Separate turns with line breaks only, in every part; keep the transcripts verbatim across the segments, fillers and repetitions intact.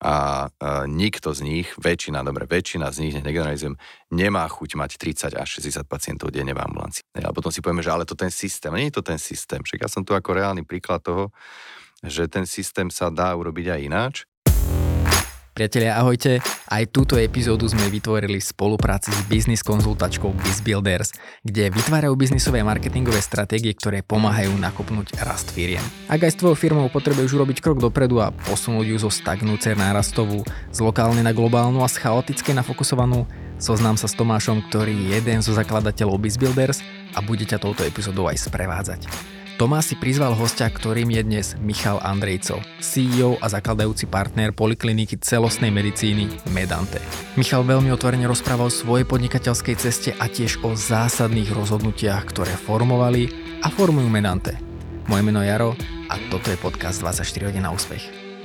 a, a nikto z nich, väčšina, dobre, väčšina z nich, negeneralizujem, nemá chuť mať tridsať až šesťdesiat pacientov denne v ambulancii. A potom si povieme, že ale to ten systém, nie je to ten systém. Však ja som tu ako reálny príklad toho, že ten systém sa dá urobiť aj ináč.
Priatelia, ahojte. Aj túto epizódu sme vytvorili v spolupráci s biznis konzultačkou BizBuilders, kde vytvárajú biznisové a marketingové stratégie, ktoré pomáhajú nakopnúť rast firiem. Ak aj s tvojou firmou potrebuješ urobiť krok dopredu a posunúť ju zo stagnúcej na rastovú, z lokálnej na globálnu a z chaotickej na fokusovanú, zoznám sa s Tomášom, ktorý je jeden zo zakladateľov BizBuilders a bude ťa touto epizódou aj sprevádzať. Tomás si prizval hostia, ktorým je dnes Michal Andrejco, sí í ó a zakladajúci partner polikliniky celostnej medicíny Medante. Michal veľmi otvorene rozprával o svojej podnikateľskej ceste a tiež o zásadných rozhodnutiach, ktoré formovali a formujú Medante. Moje meno je Jaro a toto je podcast dvadsaťštyri hodín na úspech.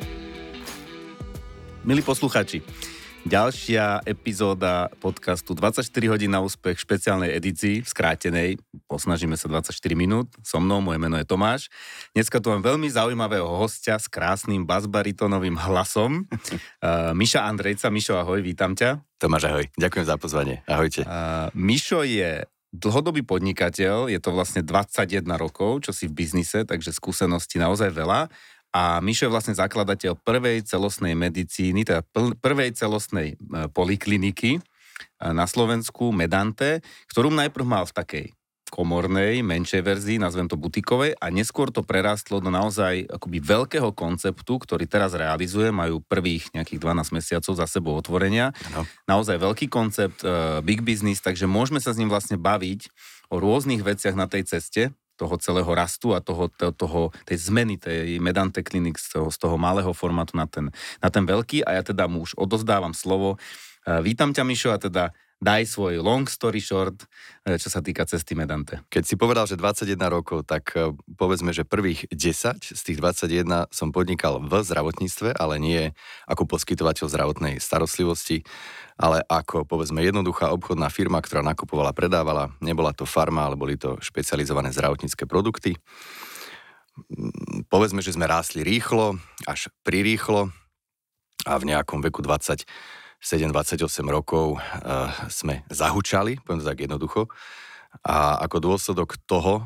Milí posluchači, ďalšia epizóda podcastu dvadsaťštyri hodín na úspech v špeciálnej edícii, v skrátenej, posnažíme sa dvadsaťštyri minút, so mnou, moje meno je Tomáš. Dneska tu mám veľmi zaujímavého hostia s krásnym basbaritónovým hlasom, uh, Miša Andrejca. Mišo, ahoj, vítam ťa.
Tomáš, ahoj, ďakujem za pozvanie, ahojte.
Uh, Mišo je dlhodobý podnikateľ, je to vlastne dvadsaťjeden rokov, čo si v biznise, takže skúseností naozaj veľa. A Mišo je vlastne zakladateľ prvej celostnej medicíny, teda prvej celostnej polikliniky na Slovensku, Medante, ktorú najprv mal v takej komornej, menšej verzii, nazvem to butikovej, a neskôr to prerástlo do naozaj akoby veľkého konceptu, ktorý teraz realizuje, majú prvých nejakých dvanásť mesiacov za sebou otvorenia. No. Naozaj veľký koncept, uh, big business, takže môžeme sa s ním vlastne baviť o rôznych veciach na tej ceste toho celého rastu a toho, toho, toho, tej zmeny, tej Medante Clinic z toho, z toho malého formátu na ten, na ten veľký, a ja teda mu už odozdávam slovo. Vítam ťa, Mišo, a teda daj svoj long story short, čo sa týka cesty Medante.
Keď si povedal, že dvadsaťjeden rokov, tak povedzme, že prvých desať z tých dvadsaťjeden som podnikal v zdravotníctve, ale nie ako poskytovateľ zdravotnej starostlivosti, ale ako, povedzme, jednoduchá obchodná firma, ktorá nakupovala, predávala. Nebola to farma, ale boli to špecializované zdravotnícke produkty. Povedzme, že sme rástli rýchlo, až prirýchlo, a v nejakom veku dvadsaťsedem dvadsaťosem rokov uh, sme zahučali, poviem to tak jednoducho. A ako dôsledok toho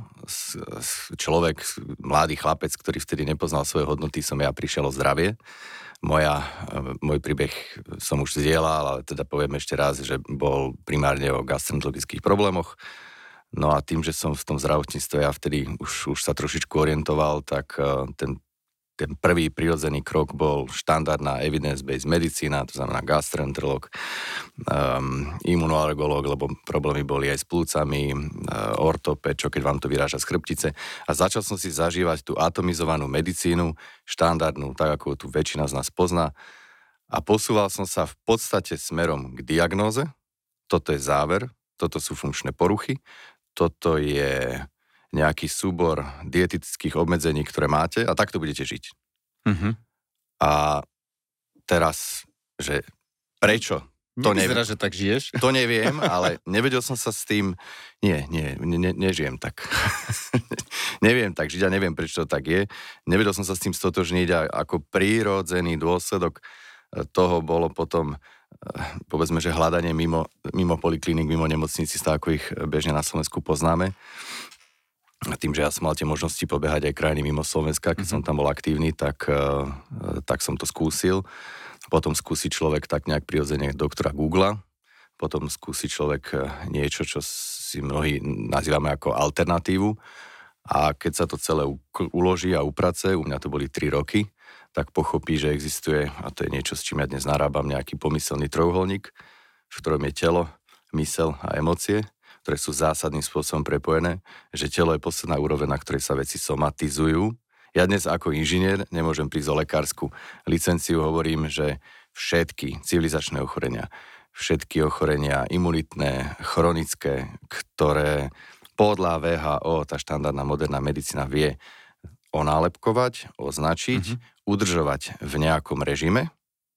človek, mladý chlapec, ktorý vtedy nepoznal svoje hodnoty, som ja prišiel o zdravie. Moja, môj príbeh som už zdieľal, ale teda poviem ešte raz, že bol primárne o gastroenterologických problémoch. No a tým, že som v tom zdravotníctve ja vtedy už, už sa trošičku orientoval, tak ten Ten prvý prirodzený krok bol štandardná evidence-based medicína, to znamená gastroenterológ, um, imunoalergológ, lebo problémy boli aj s plúcami, uh, ortoped, čo keď vám to vyráža z chrbtice. A začal som si zažívať tú atomizovanú medicínu, štandardnú, tak ako tu väčšina z nás pozná. A posúval som sa v podstate smerom k diagnóze. Toto je záver, toto sú funkčné poruchy, toto je nejaký súbor dietetických obmedzení, ktoré máte, a takto budete žiť. Uh-huh. A teraz, že prečo? To
Nevyzerá,
neviem.
že tak žiješ?
To neviem, ale nevedel som sa s tým, nie, nie, ne, nežijem tak. Neviem tak žiť a neviem, prečo to tak je. Nevedel som sa s tým stotožniť a ako prírodzený dôsledok toho bolo potom, povedzme, že hľadanie mimo, mimo polikliník, mimo nemocnici, tak ako ich bežne na Slovensku poznáme. A tým, že ja som mal tie možnosti pobehať aj krajiny mimo Slovenska, keď mm-hmm. som tam bol aktívny, tak, tak som to skúsil. Potom skúsi človek tak nejak prirodzene doktora Googlea. Potom skúsi človek niečo, čo si mnohí nazývame ako alternatívu. A keď sa to celé uloží a uprace, u mňa to boli tri roky, tak pochopí, že existuje, a to je niečo, s čím ja dnes narábam, nejaký pomyselný trojuholník, v ktorom je telo, myseľ a emócie, ktoré sú zásadným spôsobom prepojené, že telo je posledná úroveň, na ktorej sa veci somatizujú. Ja dnes ako inžinier nemôžem prísť o lekárskú licenciu, hovorím, že všetky civilizačné ochorenia, všetky ochorenia imunitné, chronické, ktoré podľa vé há ó, tá štandardná moderná medicína, vie onálepkovať, označiť, mm-hmm. udržovať v nejakom režime,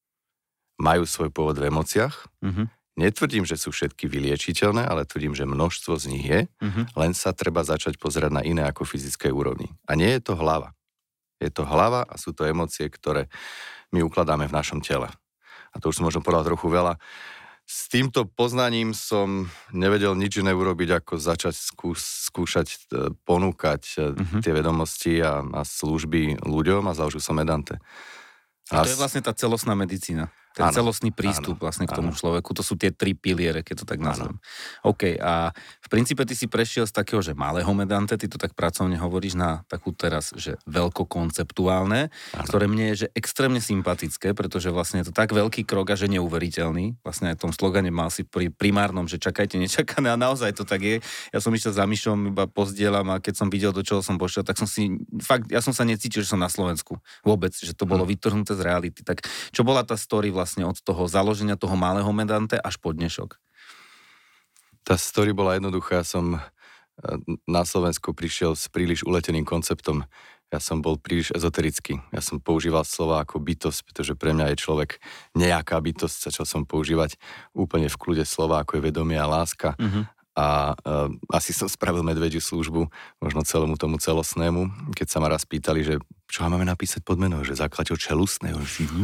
majú svoj pôvod v emóciách. Mm-hmm. Netvrdím, že sú všetky vyliečiteľné, ale tvrdím, že množstvo z nich je, uh-huh. len sa treba začať pozerať na iné ako fyzické úrovni. A nie je to hlava. Je to hlava a sú to emócie, ktoré my ukladáme v našom tele. A to už som možno povedal trochu veľa. S týmto poznaním som nevedel nič iné urobiť, ako začať skús, skúšať ponúkať uh-huh. tie vedomosti a, a služby ľuďom a založil som Medante.
A to je vlastne tá celostná medicína. Ten áno, celostný prístup áno, vlastne k tomu áno. človeku. To sú tie tri piliere, keď to tak nazvem. OK, a v princípe ty si prešiel z takého, že malého Medante, ty to tak pracovne hovoríš, na takú teraz, že veľkokonceptuálne, áno. ktoré mne je, že extrémne sympatické, pretože vlastne je to tak veľký krok a že neuveriteľný. Vlastne aj v tom slogane mal si pri primárnom, že čakajte nečakané a naozaj to tak je. Ja som išiel za Mišom, iba pozdielam a keď som videl, do čoho som pošiel, tak som si, fakt, ja som sa necítil, že som na Slovensku. Vôbec, že to bolo hm. vytrhnuté z reality. Tak čo bola tá story vlastne od toho založenia toho malého Medante až po dnešok?
Tá story bola jednoduchá. Ja som na Slovensku prišiel s príliš uleteným konceptom. Ja som bol príliš ezoterický. Ja som používal slova ako bytosť, pretože pre mňa je človek nejaká bytosť. Začal som používať úplne v kľude slova ako je vedomie a láska. Uh-huh. A uh, asi som spravil medvediu službu možno celému tomu celostnému. Keď sa ma raz pýtali, že čo máme napísať pod meno, že zakladateľ čelustného.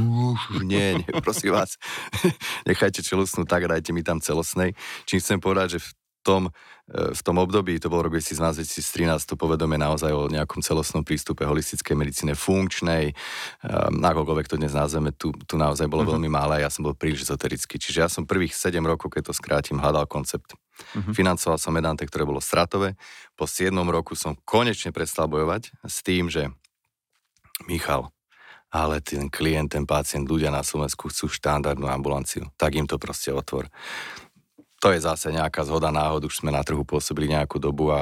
Nie, nie, prosím vás, nechajte čelustnú tak, dajte mi tam celostnej. Čím chcem povedať, že v tom, v tom období, to bol rok dvetisícdvanásť dvetisíctrinásť, to povedomie naozaj o nejakom celostnom prístupe holistickej medicíne funkčnej, um, akokoľvek to dnes nazveme, tu, tu naozaj bolo uh-huh. veľmi málo a ja som bol príliš ezoterický. Čiže ja som prvých sedem rokov, keď to skrátim, hľadal koncept. Uh-huh. Financoval som Medante, ktoré bolo stratové. Po siedmom roku som konečne prestal bojovať s tým, že Michal, ale ten klient, ten pacient, ľudia na Slovensku chcú štandardnú ambulanciu, tak im to proste otvor. To je zase nejaká zhoda náhod, už sme na trhu pôsobili nejakú dobu a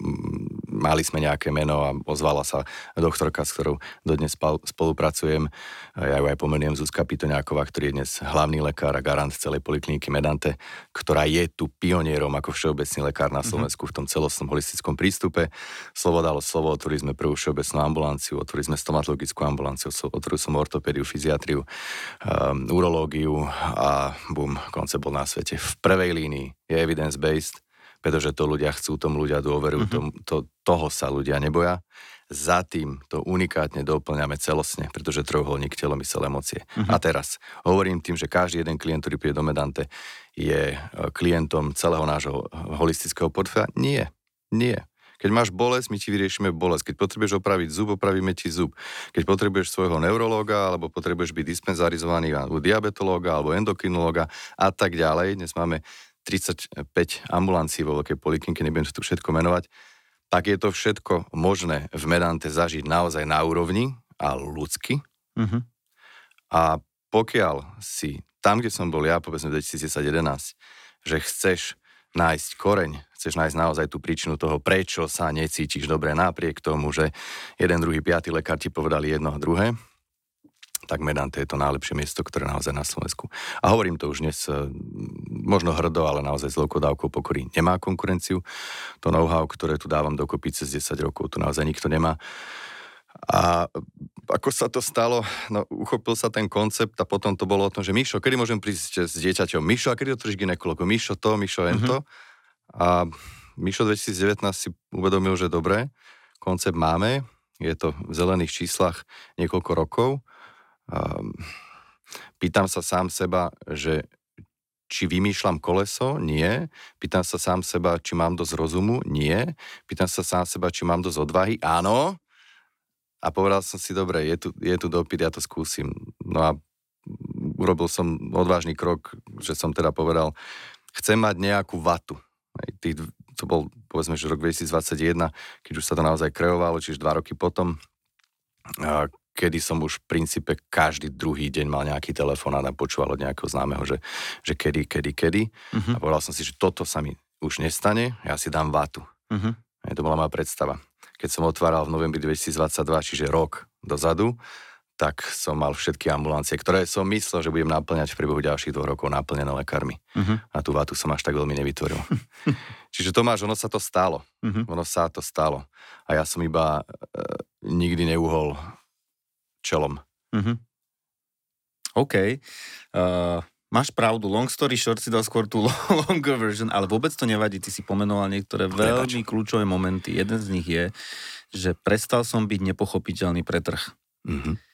mali sme nejaké meno a ozvala sa doktorka, s ktorou dodnes spolupracujem. Ja ju aj pomeniem, Zuzka Pitoňáková, ktorý je dnes hlavný lekár a garant celej polikliniky Medante, ktorá je tu pionierom ako všeobecný lekár na Slovensku v tom celostnom holistickom prístupe. Slovo dalo slovo, otvorili sme prvú všeobecnú ambulanciu, otvorili sme stomatologickú ambulanciu, otvorili som ortopédiu, fyziatriu, um, urológiu a bum, koncept bol na svete. V prvej línii je evidence-based, pretože to ľudia chcú, tomu ľudia dôverujú, uh-huh. to, to, toho sa ľudia neboja. Za tým to unikátne doplňame celostne, pretože trojuholník telo, myseľ, emócie. Uh-huh. A teraz hovorím tým, že každý jeden klient, ktorý príde do Medante, je klientom celého nášho holistického portfólia? Nie, nie. Keď máš bolesť, my ti vyriešime bolesť. Keď potrebuješ opraviť zub, opravíme ti zub. Keď potrebuješ svojho neurológa, alebo potrebuješ byť dispenzarizovaný u diabetológa, alebo endokrinológa a tak ďalej. Dnes máme tridsaťpäť ambulancií vo veľkej poliklinike, nebudem to tu všetko menovať, tak je to všetko možné v Medante zažiť naozaj na úrovni a ľudsky. Uh-huh. A pokiaľ si tam, kde som bol ja, povedzme v dvetisícdesať jedenásť, že chceš nájsť koreň, chceš nájsť naozaj tú príčinu toho, prečo sa necítiš dobre napriek tomu, že jeden, druhý, piatý lekár ti povedali jedno a druhé, tak Medante je to najlepšie miesto, ktoré naozaj na Slovensku. A hovorím to už dnes možno hrdo, ale naozaj s veľkou dávkou pokory nemá konkurenciu. To know-how, ktoré tu dávam dokopy cez desať rokov, tu naozaj nikto nemá. A ako sa to stalo, no uchopil sa ten koncept a potom to bolo o tom, že Mišo, kedy môžem prísť s dieťaťom? Mišo, a kedy otvoríš gynekológu? Mišo to, Mišo ento. Uh-huh. A Mišo dvetisícdevätnásť si uvedomil, že dobre, koncept máme, je to v zelených číslach niekoľko rokov. Um, pýtam sa sám seba, že či vymýšľam koleso? Nie. Pýtam sa sám seba, či mám dosť rozumu? Nie. Pýtam sa sám seba, či mám dosť odvahy? Áno. A povedal som si, dobre, je tu, je tu dopyt, ja to skúsim. No a urobil som odvážny krok, že som teda povedal, chcem mať nejakú vatu. Tých, to bol, povedzme, že rok dvetisícdvadsaťjeden, keď už sa to naozaj kreovalo, čiže dva roky potom, a kedy som už v princípe každý druhý deň mal nejaký telefón a počúval od nejakého známeho, že, že kedy, kedy, kedy. Uh-huh. A povedal som si, že toto sa mi už nestane, ja si dám vatu. Uh-huh. A to bola moja predstava. Keď som otváral v novembri dvetisícdvadsaťdva, čiže rok dozadu, tak som mal všetky ambulancie, ktoré som myslel, že budem naplňať v priebehu ďalších dvoch rokov naplnené lekármi. Uh-huh. A tú vatu som až tak veľmi nevytvoril. Čiže Tomáš, ono sa to stalo. Uh-huh. Ono sa to stalo. A ja som iba e, nikdy neuhol čelom.
Uh-huh. OK. Uh, máš pravdu. Long story short si dal skôr tú longer version, ale vôbec to nevadí. Ty si pomenoval niektoré veľmi kľúčové momenty. Jeden z nich je, že prestal som byť nepochopiteľný pre trh. Uh-huh.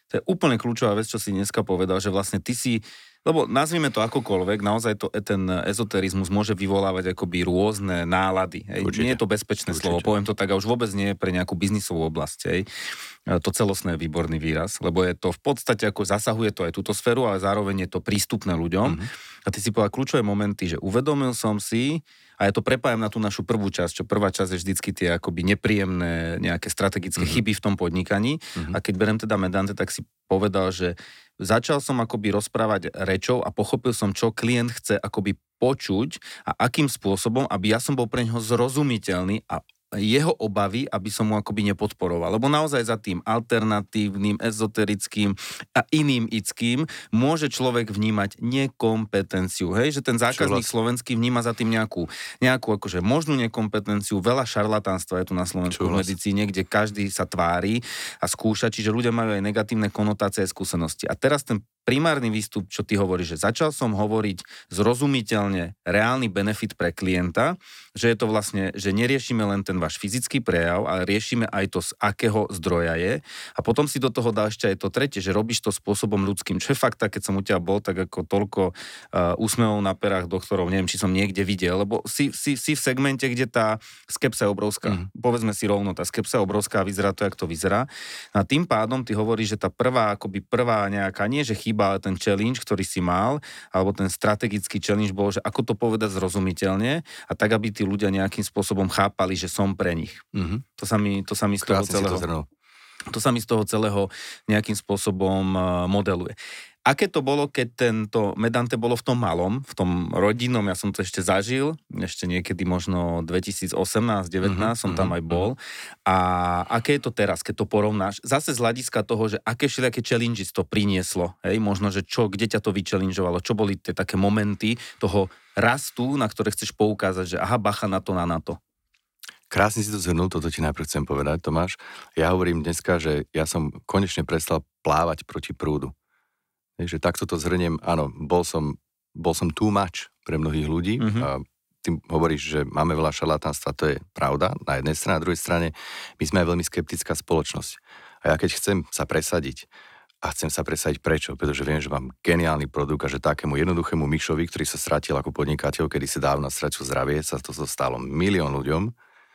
To je úplne kľúčová vec, čo si dneska povedal, že vlastne ty si, lebo nazvime to akokoľvek, naozaj to, ten ezoterizmus môže vyvolávať akoby rôzne nálady. Hej. Nie je to bezpečné Určite. slovo, poviem to tak, a už vôbec nie je pre nejakú biznisovú oblasť. Hej. To celostné je výborný výraz, lebo je to v podstate ako zasahuje to aj túto sféru, ale zároveň je to prístupné ľuďom. Mm-hmm. A ty si povedal kľúčové momenty, že uvedomil som si, a ja to prepájam na tú našu prvú časť, čo prvá časť je vždycky tie akoby nepríjemné nejaké strategické mm-hmm. chyby v tom podnikaní. Mm-hmm. A keď berem teda Medante, tak si povedal, že začal som akoby rozprávať rečou a pochopil som, čo klient chce akoby počuť a akým spôsobom, aby ja som bol pre neho zrozumiteľný a jeho obavy, aby som mu akoby nepodporoval. Lebo naozaj za tým alternatívnym, ezoterickým a iným ickým môže človek vnímať nekompetenciu. Hej, že ten zákazník slovenský vníma za tým nejakú, nejakú akože možnú nekompetenciu. Veľa šarlatánstva je tu na Slovensku v medicíne, kde každý sa tvári a skúša, čiže ľudia majú aj negatívne konotácie a skúsenosti. A teraz ten primárny výstup, čo ty hovoríš, že začal som hovoriť zrozumiteľne reálny benefit pre klienta, že je to vlastne, že neriešime len ten váš fyzický prejav, ale riešime aj to, z akého zdroja je. A potom si do toho dá ešte aj to tretie, že robíš to spôsobom ľudským. Čo je fakt, keď som u teba bol, tak ako toľko uh, úsmevov na perách doktorov, neviem, či som niekde videl, lebo si, si, si v segmente, kde tá skepsa je obrovská. Mm. Povedzme si rovno, tá skepsa je obrovská, vyzerá to, jak to vyzerá. A tým pádom ty hovoríš, že tá prvá, akoby prvá nejaká, nie že chyba, ale ten challenge, ktorý si mal, alebo ten strategický challenge bol, že ako to povedať zrozumiteľne a tak, aby tí ľudia nejakým spôsobom chápali, že som pre nich. Mm-hmm. To sa mi, to sa mi z toho celého... To, to sa mi z toho celého nejakým spôsobom modeluje. Aké to bolo, keď tento Medante bolo v tom malom, v tom rodinnom, ja som to ešte zažil, ešte niekedy možno dvetisícosemnásť devätnásť mm-hmm, som tam aj bol. A aké je to teraz, keď to porovnáš? Zase z hľadiska toho, že aké všelijaké challenges to prinieslo, hej? Možno, že čo, kde ťa to vychallengeovalo, čo boli tie také momenty toho rastu, na ktoré chceš poukázať, že aha, bacha na to, na na to.
Krásne si to zhrnul, toto ti najprv chcem povedať, Tomáš. Ja hovorím dneska, že ja som konečne prestal plávať proti prúdu. Takže takto to zhrniem, áno, bol som, bol som too much pre mnohých ľudí. Mm-hmm. A ty hovoríš, že máme veľa šarlatánstva, to je pravda. Na jednej strane, na druhej strane, my sme aj veľmi skeptická spoločnosť. A ja keď chcem sa presadiť, a chcem sa presadiť prečo? Pretože viem, že mám geniálny produkt a že takému jednoduchému Mišovi, ktorý sa stratil ako podnikateľ, kedy si dávno stratil zdravie, sa to stalo milión ľuďom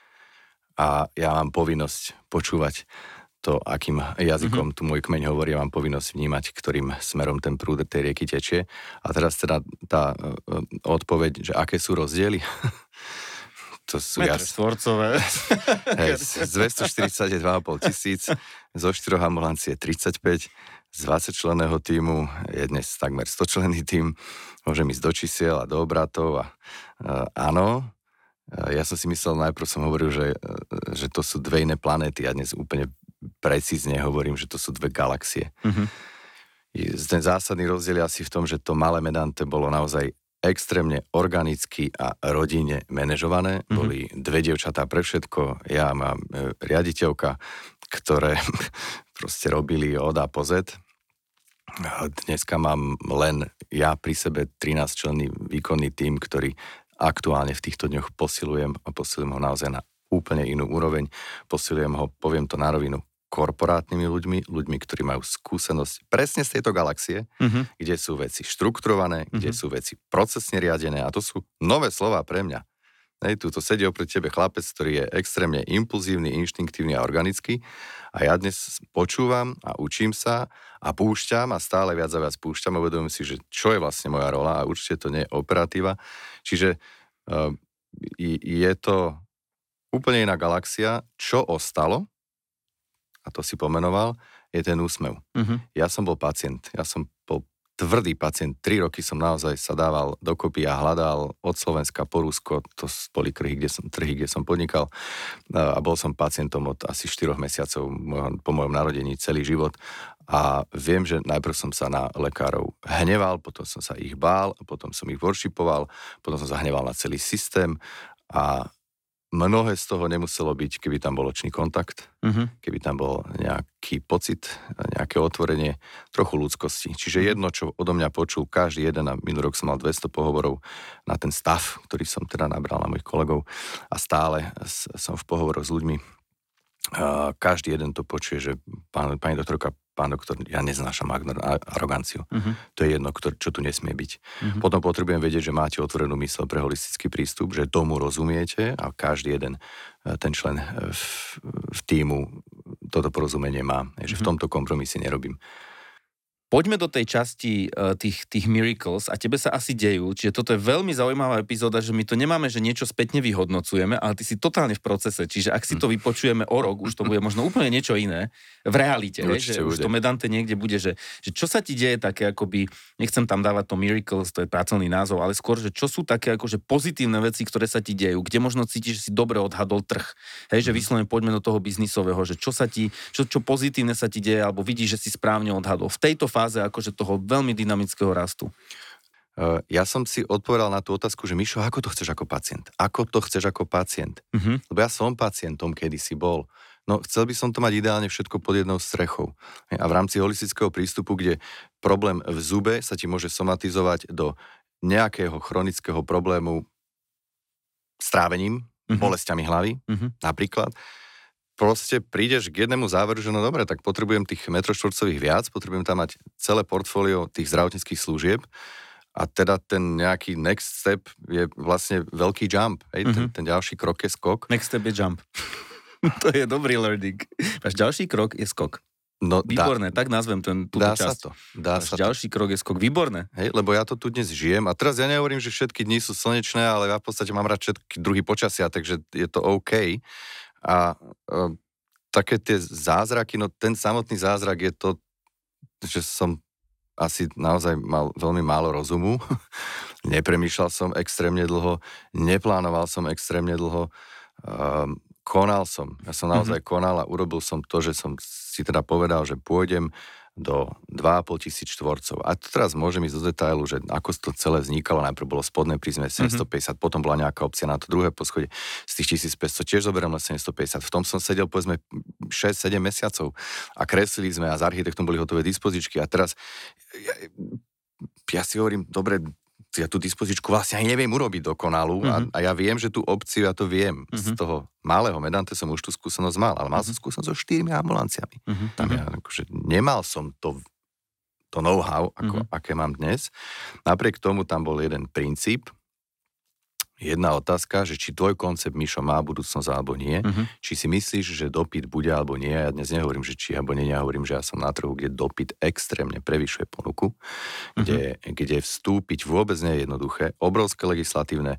a ja mám povinnosť počúvať to, akým jazykom mm-hmm. tu môj kmeň hovorí, ja mám povinnosť vnímať, ktorým smerom ten prúd tej rieky tečie. A teraz teda tá uh, odpoveď, že aké sú rozdiely? To sú
metre štvorcové.
Hej, z dvestoštyridsať je dva a pol tisíc, zo štyroch ambulancií je tridsaťpäť, z dvadsaťčlenného tímu je dnes takmer stočlenný tím, môžem ísť do čísiel a do obratov a uh, áno, ja som si myslel, najprv som hovoril, že, že to sú dve iné planéty a dnes úplne precízne hovorím, že to sú dve galaxie. Mm-hmm. Ten zásadný rozdiel je asi v tom, že to malé Medante bolo naozaj extrémne organicky a rodine manažované. Mm-hmm. Boli dve dievčatá pre všetko. Ja mám riaditeľka, ktoré proste robili od A po Z. Dneska mám len ja pri sebe trinásťčlenný výkonný tím, ktorý aktuálne v týchto dňoch posilujem a posilujem ho naozaj na úplne inú úroveň. Posilujem ho, poviem to na rovinu, korporátnymi ľuďmi, ľuďmi, ktorí majú skúsenosť presne z tejto galaxie, uh-huh. kde sú veci štrukturované, uh-huh. kde sú veci procesne riadené a to sú nové slová pre mňa. Hej, tuto sedí oproti tebe chlapec, ktorý je extrémne impulzívny, inštinktívny a organický a ja dnes počúvam a učím sa a púšťam a stále viac a viac púšťam a uvedomujem si, že čo je vlastne moja rola a určite to nie je operatíva. Čiže uh, je to úplne iná galaxia. Čo ostalo, a to si pomenoval, je ten úsmev. Uh-huh. Ja som bol pacient, ja som bol tvrdý pacient. Tri roky som naozaj sa dával dokopy a hľadal od Slovenska po Rusko, to boli trhy, kde som, trhy, kde som podnikal a bol som pacientom od asi štyroch mesiacov po mojom narodení celý život a viem, že najprv som sa na lekárov hneval, potom som sa ich bál, potom som ich worshipoval, potom som sa hneval na celý systém a mnohé z toho nemuselo byť, keby tam bol očný kontakt, uh-huh. keby tam bol nejaký pocit, nejaké otvorenie, trochu ľudskosti. Čiže jedno, čo odo mňa počul každý jeden, a minulý rok som mal dvesto pohovorov na ten stav, ktorý som teda nabral na mojich kolegov a stále som v pohovoroch s ľuďmi. Každý jeden to počuje, že pán, pani doktorka, pán doktor, ja neznášam aroganciu. Uh-huh. To je jedno, ktor, čo tu nesmie byť. Uh-huh. Potom potrebujem vedieť, že máte otvorenú mysel pre holistický prístup, že tomu rozumiete a každý jeden ten člen v, v tímu toto porozumenie má. Že uh-huh. v tomto kompromise nerobím.
Poďme do tej časti uh, tých, tých miracles a tebe sa asi dejú, čiže toto je veľmi zaujímavá epizóda, že my to nemáme, že niečo spätne vyhodnocujeme, ale ty si totálne v procese, čiže ak si to vypočujeme o rok, už to bude možno úplne niečo iné v realite, že už to medante niekde bude, že, že čo sa ti deje také akoby, nechcem tam dávať to miracles, to je pracovný názov, ale skôr, že čo sú také akože pozitívne veci, ktoré sa ti dejú, kde možno cítiš, že si dobre odhadol trh, hej, že vyslovene poďme do toho biznisového, že čo sa ti, čo, čo pozitívne sa ti deje, alebo vidíš, že si správne odhadol v tejto fáze akože toho veľmi dynamického rastu.
Uh, ja som si odpovedal na tú otázku, že Mišo, ako to chceš ako pacient? Ako to chceš ako pacient? Uh-huh. Lebo ja som pacientom, kedysi bol. No, chcel by som to mať ideálne všetko pod jednou strechou. A v rámci holistického prístupu, kde problém v zube sa ti môže somatizovať do nejakého chronického problému s trávením, uh-huh. bolestiami hlavy, uh-huh. napríklad, proste prídeš k jednému záveru, že no dobre, tak potrebujem tých metroštvorcových viac, potrebujem tam mať celé portfólio tých zdravotníckych služieb a teda ten nejaký next step je vlastne veľký jump, hej? Mm-hmm. Ten, ten ďalší krok je skok.
Next step je jump. To je dobrý learning. Až ďalší krok je skok.
No,
výborné,
dá,
tak nazvem ten, túto
dá
časť.
Sa to, dá
Až
sa
ďalší
to.
krok je skok. Výborné.
Hej, lebo ja to tu dnes žijem a teraz ja nehovorím, že všetky dni sú slnečné, ale ja v podstate mám rád všetky druhy počasia, takže je to OK. A e, také tie zázraky, no ten samotný zázrak je to, že som asi naozaj mal veľmi málo rozumu. Nepremýšľal som extrémne dlho, neplánoval som extrémne dlho, um, konal som. Ja som naozaj mm-hmm. konal a urobil som to, že som si teda povedal, že pôjdem do dva a pol tisíc štvorcov. A to teraz môžem ísť do detailu, že ako to celé vznikalo. Najprv bolo spodné prízemie sedemstopäťdesiat, mm-hmm. potom bola nejaká opcia na to druhé poschodie z tých tisícpäťsto, tiež zoberiem len sedemstopäťdesiat. V tom som sedel povedzme šesť sedem mesiacov a kreslili sme a s architektom boli hotové dispozičky a teraz ja, ja si hovorím, dobre, ja tú dispozičku vlastne aj neviem urobiť dokonalú mm-hmm. a, a ja viem, že tú opciu, ja to viem. Mm-hmm. Z toho malého Medante som už tú skúsenosť mal, ale mal som skúsenosť so štyrmi ambulanciami. Mm-hmm. Tam ja akože nemal som to, to know-how, ako, mm-hmm. aké mám dnes. Napriek tomu tam bol jeden princíp, jedna otázka, že či tvoj koncept, Mišo, má budúcnosť alebo nie, uh-huh. či si myslíš, že dopyt bude alebo nie. Ja dnes nehovorím, že či alebo nie, ja hovorím, že ja som na trhu, kde dopyt extrémne prevyšuje ponuku, uh-huh. kde, kde vstúpiť vôbec nie je jednoduché. Obrovské legislatívne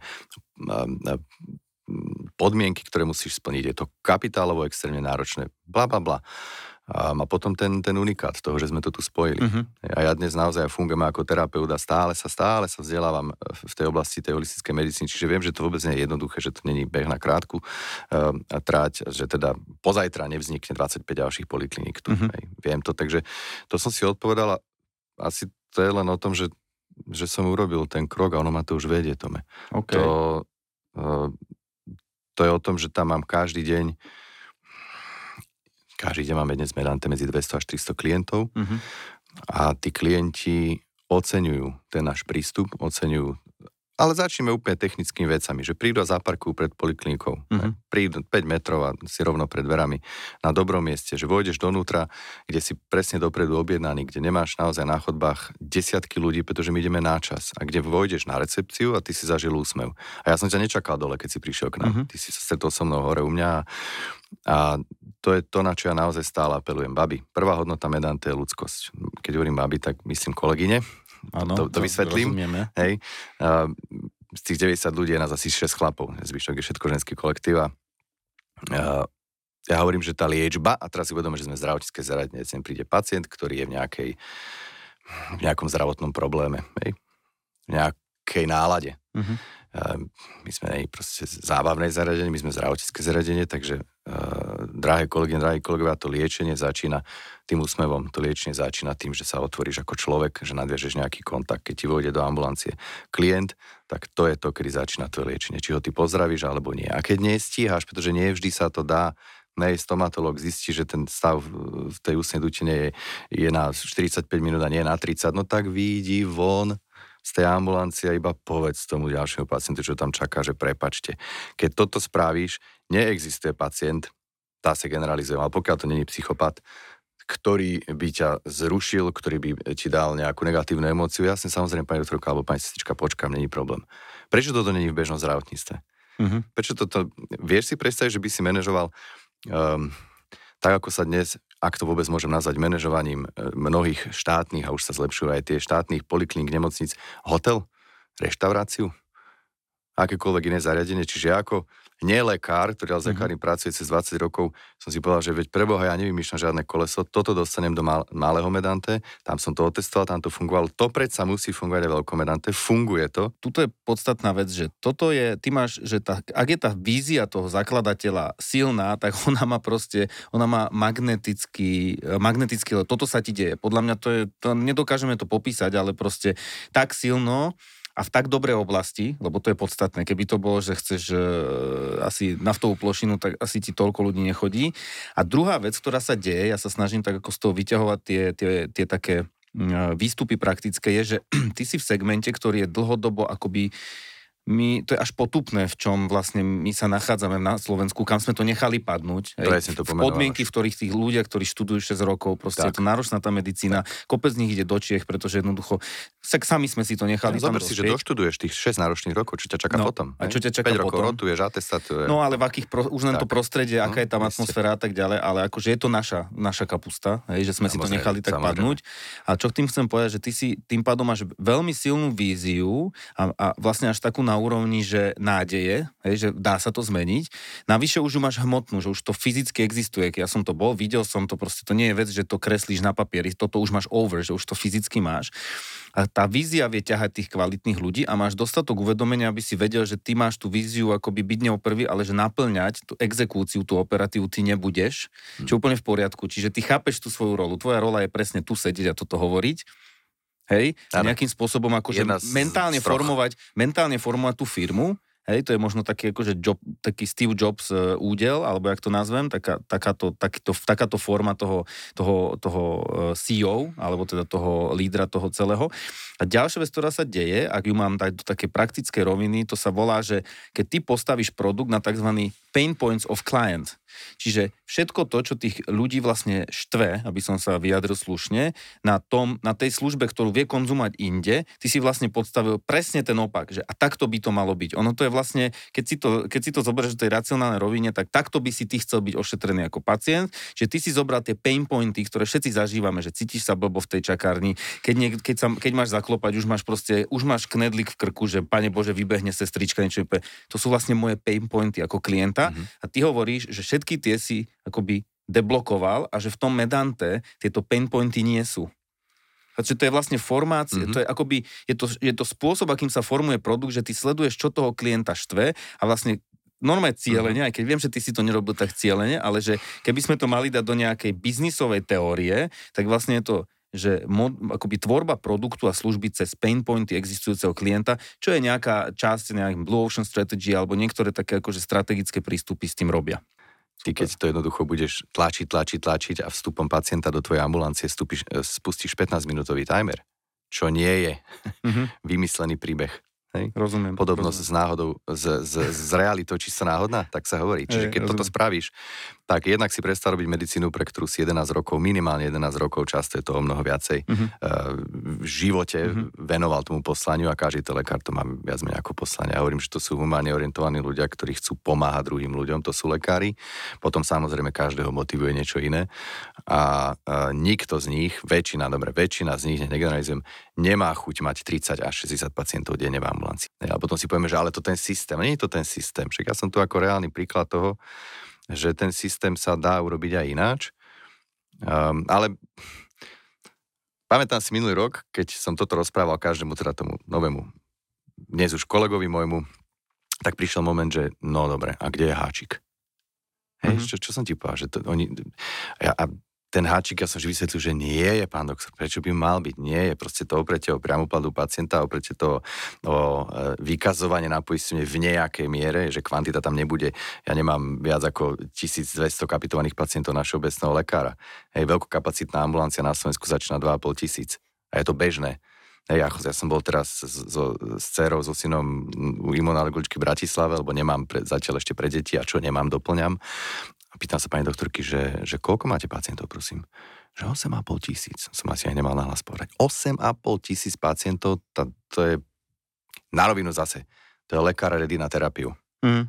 podmienky, ktoré musíš splniť. Je to kapitálovo extrémne náročné. Bla, bla, bla. A potom ten, ten unikát toho, že sme to tu spojili. Uh-huh. A ja dnes naozaj fungujem ako terapeut a stále sa, stále sa vzdelávam v tej oblasti tej holistickej medicíny, čiže viem, že to vôbec nie je jednoduché, že to není beh na krátku uh, tráť, že teda pozajtra nevznikne dvadsaťpäť ďalších polikliník tu. Uh-huh. Hej, viem to, takže to som si odpovedal a asi to je len o tom, že, že som urobil ten krok a ono ma to už vedie, Tome.
Okay.
To, uh, to je o tom, že tam mám každý deň Každý deň máme dnes Medante medzi dvesto až tristo klientov uh-huh. a tí klienti oceňujú ten náš prístup, oceňujú, ale začneme úplne technickými vecami, že prídu a zaparkujú pred poliklinikou, uh-huh. prídu päť metrov a si rovno pred dverami na dobrom mieste, že vojdeš donútra, kde si presne dopredu objednaný, kde nemáš naozaj na chodbách desiatky ľudí, pretože my ideme na čas a kde vojdeš na recepciu a ty si zažil úsmev. A ja som ťa nečakal dole, keď si prišiel k nám. Uh-huh. Ty si sa stretol so mnou hore u mňa a to je to, na čo ja naozaj stále apelujem. Babi, prvá hodnota Medante je ľudskosť. Keď hovorím babi, tak myslím kolegyne.
Áno,
to, to, to vysvetlím.
Rozumieme.
Hej. Uh, z tých deväťdesiat ľudí je nás asi šesť chlapov. Zvyšok je všetko ženský kolektív. Uh, ja hovorím, že tá liečba, a teraz si uvedomím, že sme v zdravotníckej zariadení, sem príde pacient, ktorý je v nejakej v nejakom zdravotnom probléme. Hej. V nejakej nálade. Uh-huh. Uh, my sme nej proste zábavné zariadenie, my sme zdravotnícke zariadenie, takže uh, drahé kolegyne, drahí kolegovia, to liečenie začína tým úsmevom, to liečenie začína tým, že sa otvoríš ako človek, že nadviažeš nejaký kontakt, keď ti vojde do ambulancie klient, tak to je to, kedy začína to liečenie, či ho ty pozdravíš alebo nie. A keď nestíhaš, pretože nie vždy sa to dá, nej stomatológ zistí, že ten stav v tej ústnej dutine je, je na štyridsaťpäť minút a nie na tridsať, no tak vyjdi von z tej ambulancie a iba povedz tomu ďalšiemu pacientu, čo tam čaká, že prepáčte. Keď toto spravíš, neexistuje pacient, tá sa generalizuje, ale pokiaľ to není psychopat, ktorý by ťa zrušil, ktorý by ti dal nejakú negatívnu emóciu. Jasne, samozrejme, pani doktorka alebo pani sestrička, počkám, není problém. Prečo toto není v bežnom zdravotníctve? Uh-huh. Prečo toto, vieš si predstaviť, že by si manažoval um, tak, ako sa dnes, ak to vôbec môžem nazvať manažovaním mnohých štátnych, a už sa zlepšujú aj tie štátnych polikliník, nemocníc, hotel, reštauráciu, akékoľvek iné zariadenie. Čiže ako nie lekár, ktorý ale s lekármi mm-hmm. pracuje cez dvadsať rokov, som si povedal, že veď preboha, ja nevymýšľam žiadne koleso, toto dostanem do mal, malého Medante, tam som to otestoval, tam to fungovalo, to predsa musí fungovať aj veľkom Medante, funguje to.
Tuto je podstatná vec, že toto je, ty máš, že tá, ak je tá vízia toho zakladateľa silná, tak ona má proste, ona má magnetický, magnetický, toto sa ti deje. Podľa mňa to je, to, nedokážeme to popísať, ale proste tak silno, a v tak dobrej oblasti, lebo to je podstatné, keby to bolo, že chceš e, asi naftovú plošinu, tak asi ti toľko ľudí nechodí. A druhá vec, ktorá sa deje, ja sa snažím tak ako z toho vyťahovať tie, tie, tie také e, výstupy praktické, je, že ty si v segmente, ktorý je dlhodobo akoby my, to je až potupné, v čom vlastne my sa nachádzame na Slovensku, kam sme to nechali padnúť. Hej,
to
v podmienky, v ktorých tých ľudia, ktorí študujú šesť rokov, proste tak. Je to náročná tá medicína, tak. Kopec z nich ide do Čiech, pretože jednoducho, tak sami sme si to nechali
no,
tam
zober si, že doštuduješ tých šesť náročných rokov, čo ťa čaká
no,
potom.
A čo ťa čaká
päť
potom?
rokov rotuješ, atestatuješ.
No ale v akých, pro, už len
tak.
To prostredie,
hm,
aká je tam atmosféra a tak ďalej, ale akože je to naša, naša kapusta, hej, že sme si to nechali tak padnúť. A čo tým chcem povedať, že ty si tým pádom máš veľmi silnú víziu a, a vlastne až takú na úrovni, že nádeje, hej, že dá sa to zmeniť. Navyše už ju máš hmotnú, že už to fyzicky existuje. Keď ja som to bol, videl som to, proste to nie je vec, že to kreslíš na papieri, toto už máš over, že už to fyzicky máš. A tá vízia vie ťahať tých kvalitných ľudí a máš dostatok uvedomenia, aby si vedel, že ty máš tú víziu akoby byť neho prvý, ale že naplňať tú exekúciu, tú operatívu ty nebudeš, čo je úplne v poriadku. Čiže ty chápeš tú svoju rolu. Tvoja rola je presne tu sedieť a toto hovoriť. Hej, a nejakým spôsobom akože mentálne formovať, mentálne formovať tú firmu. Hej, to je možno taký, akože job, taký Steve Jobs uh, údel, alebo jak to nazvem, taká, takáto, takýto, takáto forma toho, toho, toho C E O, alebo teda toho lídra toho celého. A ďalšia vec, ktorá sa deje, ak ju mám dať do také praktické roviny, to sa volá, že keď ty postavíš produkt na tzv. Pain points of client, čiže všetko to, čo tých ľudí vlastne štve, aby som sa vyjadril slušne, na, tom, na tej službe, ktorú vie konzumovať inde, ty si vlastne podstavil presne ten opak, že a takto by to malo byť. Ono to je vlastne, keď si to, keď si to zoberieš do tej racionálnej rovine, tak takto by si ty chcel byť ošetrený ako pacient, že ty si zobral tie pain pointy, ktoré všetci zažívame, že cítiš sa blbo v tej čakárni, keď, niek- keď, sa, keď máš zaklopať, už máš proste, už máš knedlík v krku, že pane Bože, vybehne sestrička, niečo. To sú vlastne moje pain pointy ako klienta mm-hmm. a ty hovoríš, že všetky tie si akoby deblokoval a že v tom Medante tieto pain pointy nie sú. Takže to je vlastne formácia, mm-hmm. to je akoby, je to, je to spôsob, akým sa formuje produkt, že ty sleduješ, čo toho klienta štve a vlastne normálne cieľene, mm-hmm. aj keď viem, že ty si to nerobil tak cieľene, ale že keby sme to mali dať do nejakej biznisovej teórie, tak vlastne je to, že mod, akoby tvorba produktu a služby cez pain pointy existujúceho klienta, čo je nejaká časť, nejaký Blue Ocean Strategy alebo niektoré také akože strategické prístupy s tým robia.
Ty keď to jednoducho budeš tlačiť, tlačiť, tlačiť a vstupom pacienta do tvojej ambulancie stupíš, spustíš pätnásťminútový timer, čo nie je mm-hmm. vymyslený príbeh. Hej?
Rozumiem.
Podobno
rozumiem.
s náhodou, z, z, z realitou čisto náhodná, tak sa hovorí. Čiže keď rozumiem. Toto spravíš, tak jednak si prestal robiť medicínu, pre ktorú si jedenásť rokov, minimálne jedenásť rokov, často je toho mnoho viacej, uh-huh. v živote uh-huh. venoval tomu poslaniu a každý to lekár to má viac menej ako poslanie. Ja hovorím, že to sú humánne orientovaní ľudia, ktorí chcú pomáhať druhým ľuďom, to sú lekári. Potom samozrejme každého motivuje niečo iné. A, a nikto z nich, väčšina, dobre, väčšina z nich, negeneralizujem, nemá chuť mať tridsať až šesťdesiat pacientov denne v ambulancii. A potom si povieme, že ale to ten systém, nie je to ten systém. Však ja som tu ako reálny príklad toho, že ten systém sa dá urobiť aj ináč. Um, ale pamätám si minulý rok, keď som toto rozprával každému teda tomu novému, dnes už kolegovi môjmu, tak prišiel moment, že no dobre, a kde je háčik? Hej, mm-hmm. čo, čo som ti povedal? Že to, oni, ja, a ten háčik, ja som vždy vysvetlil, že nie je, pán doktor, prečo by mal byť? Nie je, proste to oprete o priamu platbu pacienta, oprete to o e, vykazovanie na poistenie v nejakej miere, že kvantita tam nebude. Ja nemám viac ako tisícdvesto kapitovaných pacientov našeho obecného lekára. Hej, veľkokapacitná ambulancia na Slovensku začína dva a pol tisíc. A je to bežné. Hej, ja, ja som bol teraz so, s dcerou, so synom u imunologičky v Bratislave, lebo nemám pre, zatiaľ ešte pre deti a čo nemám, doplňam. pýtam sa pani doktorky, že, že koľko máte pacientov, prosím? Že osem a pol tisíc. Som asi aj nemal nahlas povedať. osem a pol tisíc pacientov, to, to je na rovinu zase. To je lekár ready na terapiu.
Mm.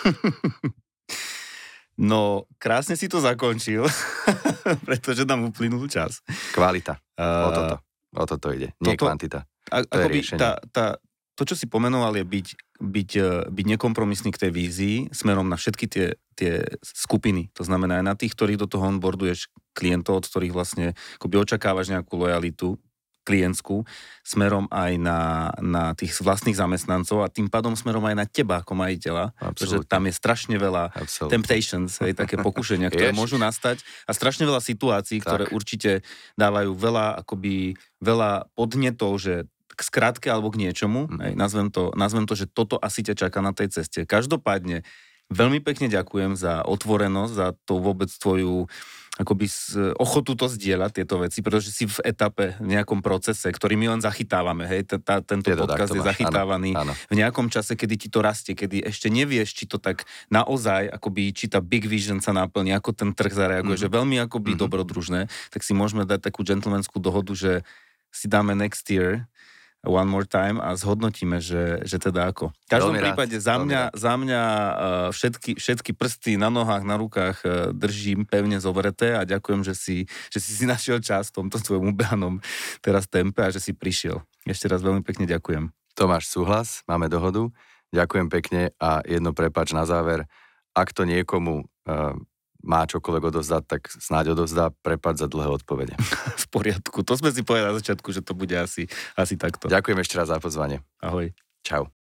No, krásne si to zakončil, pretože nám uplynul čas.
Kvalita.
Uh,
o toto. O toto ide. Nie
toto,
kvantita.
A,
to je
akoby
riešenie.
Tá, tá, to, čo si pomenoval, je byť, byť, byť nekompromisný k tej vízii smerom na všetky tie, tie skupiny. To znamená aj na tých, ktorých do toho onboarduješ klientov, od ktorých vlastne akoby očakávaš nejakú lojalitu klientskú, smerom aj na, na tých vlastných zamestnancov a tým pádom smerom aj na teba ako majiteľa, pretože tam je strašne veľa Absolutely. temptations, aj také pokušenia, ktoré môžu nastať a strašne veľa situácií, tak. ktoré určite dávajú veľa, akoby, veľa podnetov, že k skratke alebo k niečomu, mm. aj, nazvem, to, nazvem to, že toto asi ťa čaká na tej ceste. Každopádne veľmi pekne ďakujem za otvorenosť, za to vôbec tvoju akoby ochotu to zdieľať, tieto veci, pretože si v etape, v nejakom procese, ktorý my len zachytávame, hej, t- t- tento je podcast je zachytávaný áno, áno. v nejakom čase, kedy ti to rastie, kedy ešte nevieš, či to tak naozaj, akoby, či tá big vision sa náplní, ako ten trh zareaguje, mm-hmm. že veľmi akoby mm-hmm. dobrodružné, tak si môžeme dať takú gentlemanskú dohodu, že si dáme next year, one more time a zhodnotíme, že, že teda ako. V každom veľmi prípade rád, za mňa, za mňa všetky, všetky prsty na nohách, na rukách držím pevne zovreté a ďakujem, že si, že si si našiel čas v tomto svojom ubehanom teraz tempe a že si prišiel. Ešte raz veľmi pekne ďakujem.
Tomáš, súhlas, máme dohodu. Ďakujem pekne a jedno prepáč na záver. Ak to niekomu uh, má čokoľvek odozdať, tak snáď odozdá, prepáč za dlhé odpovede.
V poriadku. To sme si povedali na začiatku, že to bude asi, asi takto.
Ďakujem ešte raz za pozvanie.
Ahoj.
Čau.